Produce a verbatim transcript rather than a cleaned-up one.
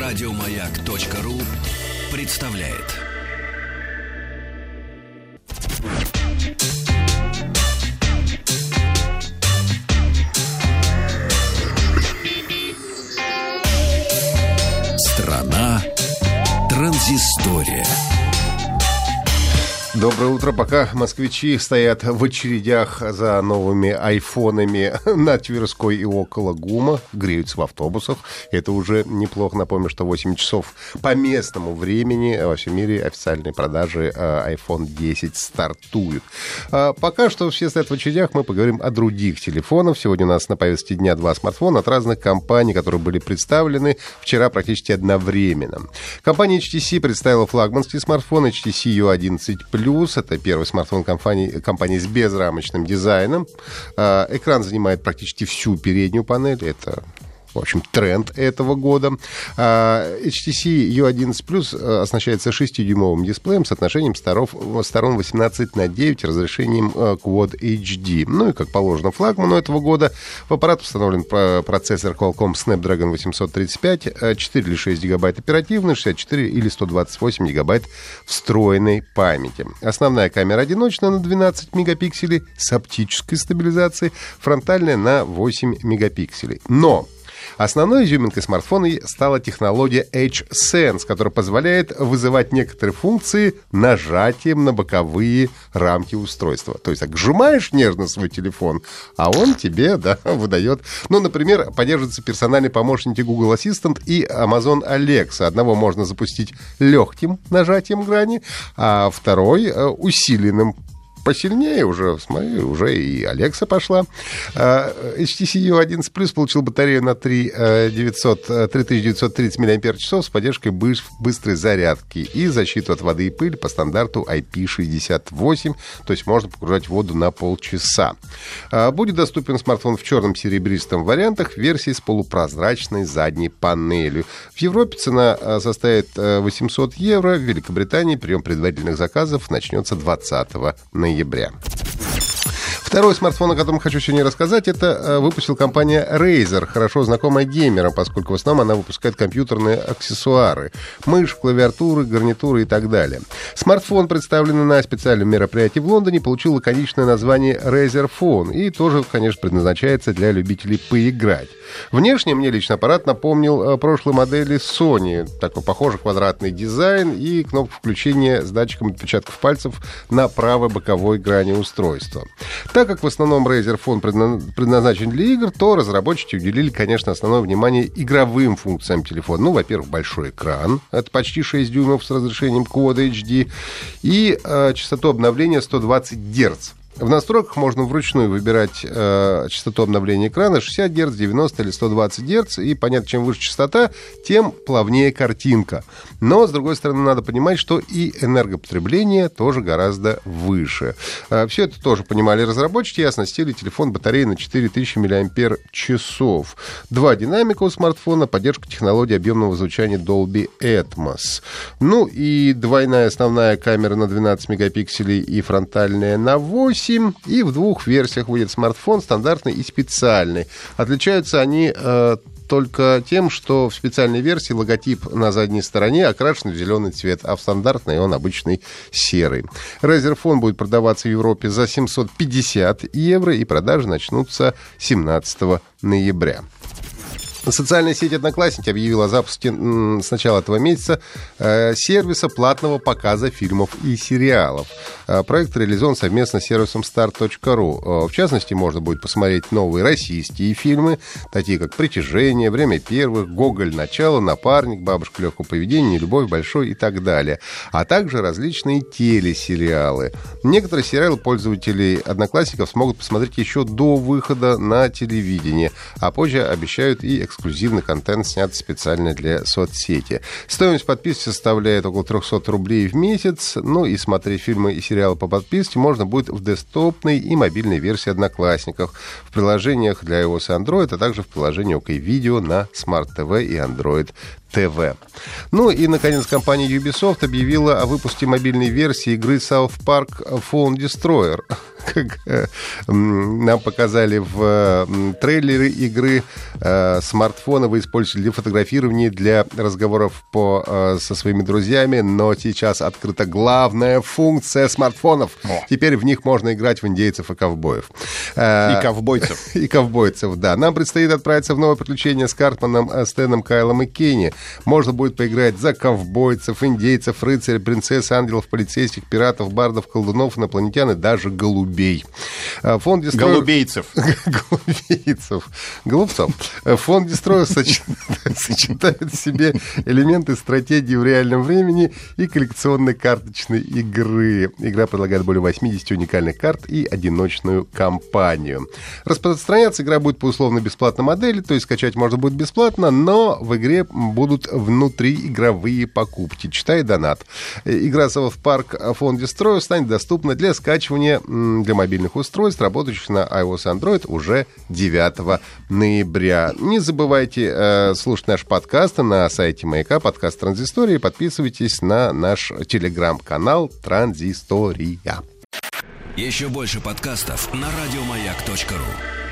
Радиомаяк.ру представляет. Страна транзистория. Доброе утро. Пока москвичи стоят в очередях за новыми айфонами на Тверской и около ГУМа, греются в автобусах, это уже неплохо. Напомню, что восемь часов по местному времени во всем мире официальные продажи айфон десять стартуют. Пока что все стоят в очередях, мы поговорим о других телефонах. Сегодня у нас на повестке дня два смартфона от разных компаний, которые были представлены вчера практически одновременно. Компания эйч ти си представила флагманский смартфон эйч ти си ю одиннадцать плюс. Это первый смартфон компании, компании с безрамочным дизайном. Экран занимает практически всю переднюю панель. Это, в общем, тренд этого года. эйч ти си ю одиннадцать плюс оснащается шестидюймовым дисплеем с соотношением сторон, сторон восемнадцать на девять, разрешением Quad эйч ди. Ну и, как положено флагману этого года, в аппарат установлен процессор Qualcomm Snapdragon восемьсот тридцать пять, четыре или шесть гигабайт оперативной, шестьдесят четыре или сто двадцать восемь гигабайт встроенной памяти. Основная камера одиночная на двенадцать мегапикселей с оптической стабилизацией, фронтальная на восемь мегапикселей. Но основной изюминкой смартфона стала технология Edge-Sense, которая позволяет вызывать некоторые функции нажатием на боковые рамки устройства. То есть так сжимаешь нежно свой телефон, а он тебе, да, выдает. Ну, например, поддерживаются персональные помощники Google Assistant и Amazon Alexa. Одного можно запустить легким нажатием грани, а второй усиленным. Посильнее уже, смотри, уже и Alexa пошла. эйч ти си ю одиннадцать плюс получил батарею на три тысячи девятьсот тридцать мАч с поддержкой быстрой зарядки и защиту от воды и пыли по стандарту ай пи шестьдесят восемь, то есть можно погружать воду на полчаса. Будет доступен смартфон в черном серебристом вариантах в версии с полупрозрачной задней панелью. В Европе цена составит восемьсот евро, в Великобритании прием предварительных заказов начнется двадцатого ноября. Второй смартфон, о котором хочу сегодня рассказать, это выпустила компания Razer, хорошо знакомая геймерам, поскольку в основном она выпускает компьютерные аксессуары. Мышь, клавиатуры, гарнитуры и так далее. Смартфон, представленный на специальном мероприятии в Лондоне, получил лаконичное название Razer Phone и тоже, конечно, предназначается для любителей поиграть. Внешне мне лично аппарат напомнил прошлой модели Sony. Такой похожий квадратный дизайн и кнопку включения с датчиком отпечатков пальцев на правой боковой грани устройства. Так как в основном Razer Phone предназначен для игр, то разработчики уделили, конечно, основное внимание игровым функциям телефона. Ну, во-первых, большой экран, это почти шесть дюймов с разрешением Quad эйч ди, и э, частоту обновления сто двадцать герц. В настройках можно вручную выбирать э, частоту обновления экрана шестьдесят герц, девяносто или сто двадцать герц. И понятно, чем выше частота, тем плавнее картинка. Но, с другой стороны, надо понимать, что и энергопотребление тоже гораздо выше. Э, все это тоже понимали разработчики и оснастили телефон батареей на четыре тысячи мАч. Два динамика у смартфона, поддержка технологии объемного звучания Dolby Atmos. Ну и двойная основная камера на двенадцать мегапикселей и фронтальная на восемь. И в двух версиях выйдет смартфон, стандартный и специальный. Отличаются они э, только тем, что в специальной версии логотип на задней стороне окрашен в зеленый цвет, а в стандартной он обычный серый. Razer Phone будет продаваться в Европе за семьсот пятьдесят евро, и продажи начнутся семнадцатого ноября. Социальная сеть «Одноклассники» объявила о запуске м, с начала этого месяца э, сервиса платного показа фильмов и сериалов. Э, проект реализован совместно с сервисом стар точка ру. Э, в частности, можно будет посмотреть новые российские фильмы, такие как «Притяжение», «Время первых», «Гоголь. Начало», «Напарник», «Бабушка легкого поведения», «Любовь большой» и так далее. А также различные телесериалы. Некоторые сериалы пользователи «Одноклассников» смогут посмотреть еще до выхода на телевидение, а позже обещают и эксклюзивные эксклюзивный контент, снят специально для соцсети. Стоимость подписки составляет около триста рублей в месяц. Ну и смотреть фильмы и сериалы по подписке можно будет в десктопной и мобильной версии «Одноклассников», в приложениях для iOS и Android, а также в приложении ОК Видео на Smart ти ви и Android ТВ. Ну и, наконец, компания Ubisoft объявила о выпуске мобильной версии игры South Park Phone Destroyer. Как э, нам показали в э, трейлере игры, э, смартфоны вы используете для фотографирования, для разговоров по, э, со своими друзьями, но сейчас открыта главная функция смартфонов. О. Теперь в них можно играть в индейцев и ковбоев. Э, и ковбойцев. И ковбойцев, да. Нам предстоит отправиться в новое приключение с Картманом, Стэном, Кайлом и Кенни. Можно будет поиграть за ковбойцев, индейцев, рыцарей, принцесс, ангелов, полицейских, пиратов, бардов, колдунов, инопланетян и даже голубей. Фонд Destroyer... Голубейцев. Голубейцев. Голубцов. Фонд Destroyer сочетает в себе элементы стратегии в реальном времени и коллекционной карточной игры. Игра предлагает более восемьдесят уникальных карт и одиночную кампанию. Распространяться игра будет по условно-бесплатной модели, то есть скачать можно будет бесплатно, но в игре будут внутриигровые покупки. Читай донат. Игра South Park Phone Destroyer станет доступна для скачивания для мобильных устройств, работающих на iOS и Android, уже девятого ноября. Не забывайте э, слушать наш подкаст на сайте Маяка, подкаст Транзистория. Подписывайтесь на наш телеграм-канал Транзистория. Еще больше подкастов на радиомаяк точка ру.